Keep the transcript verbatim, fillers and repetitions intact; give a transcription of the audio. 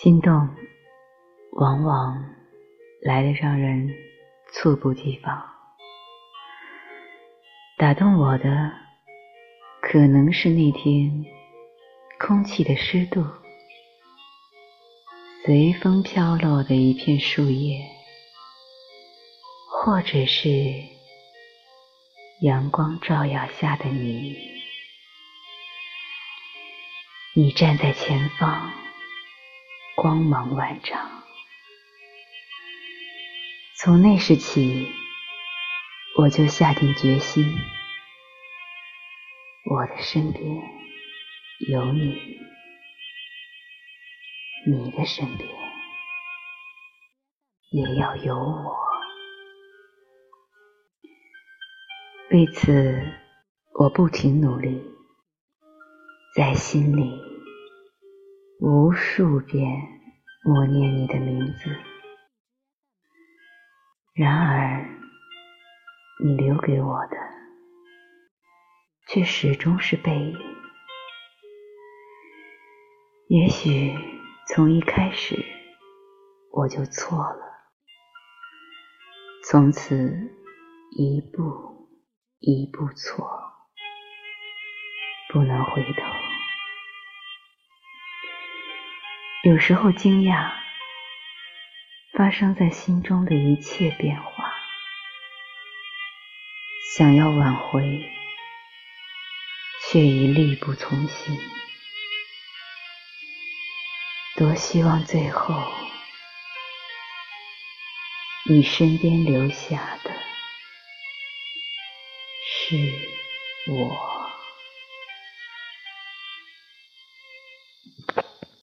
心动往往来得让人猝不及防，打动我的可能是那天空气的湿度，随风飘落的一片树叶，或者是阳光照耀下的你。你站在前方，光芒万丈。从那时起，我就下定决心，我的身边有你，你的身边也要有我。为此，我不停努力，在心里无数遍默念你的名字。然而，你留给我的却始终是背影。也许从一开始我就错了，从此一步一步错，不能回头。有时候惊讶发生在心中的一切变化，想要挽回，却已力不从心。多希望最后你身边留下的是我。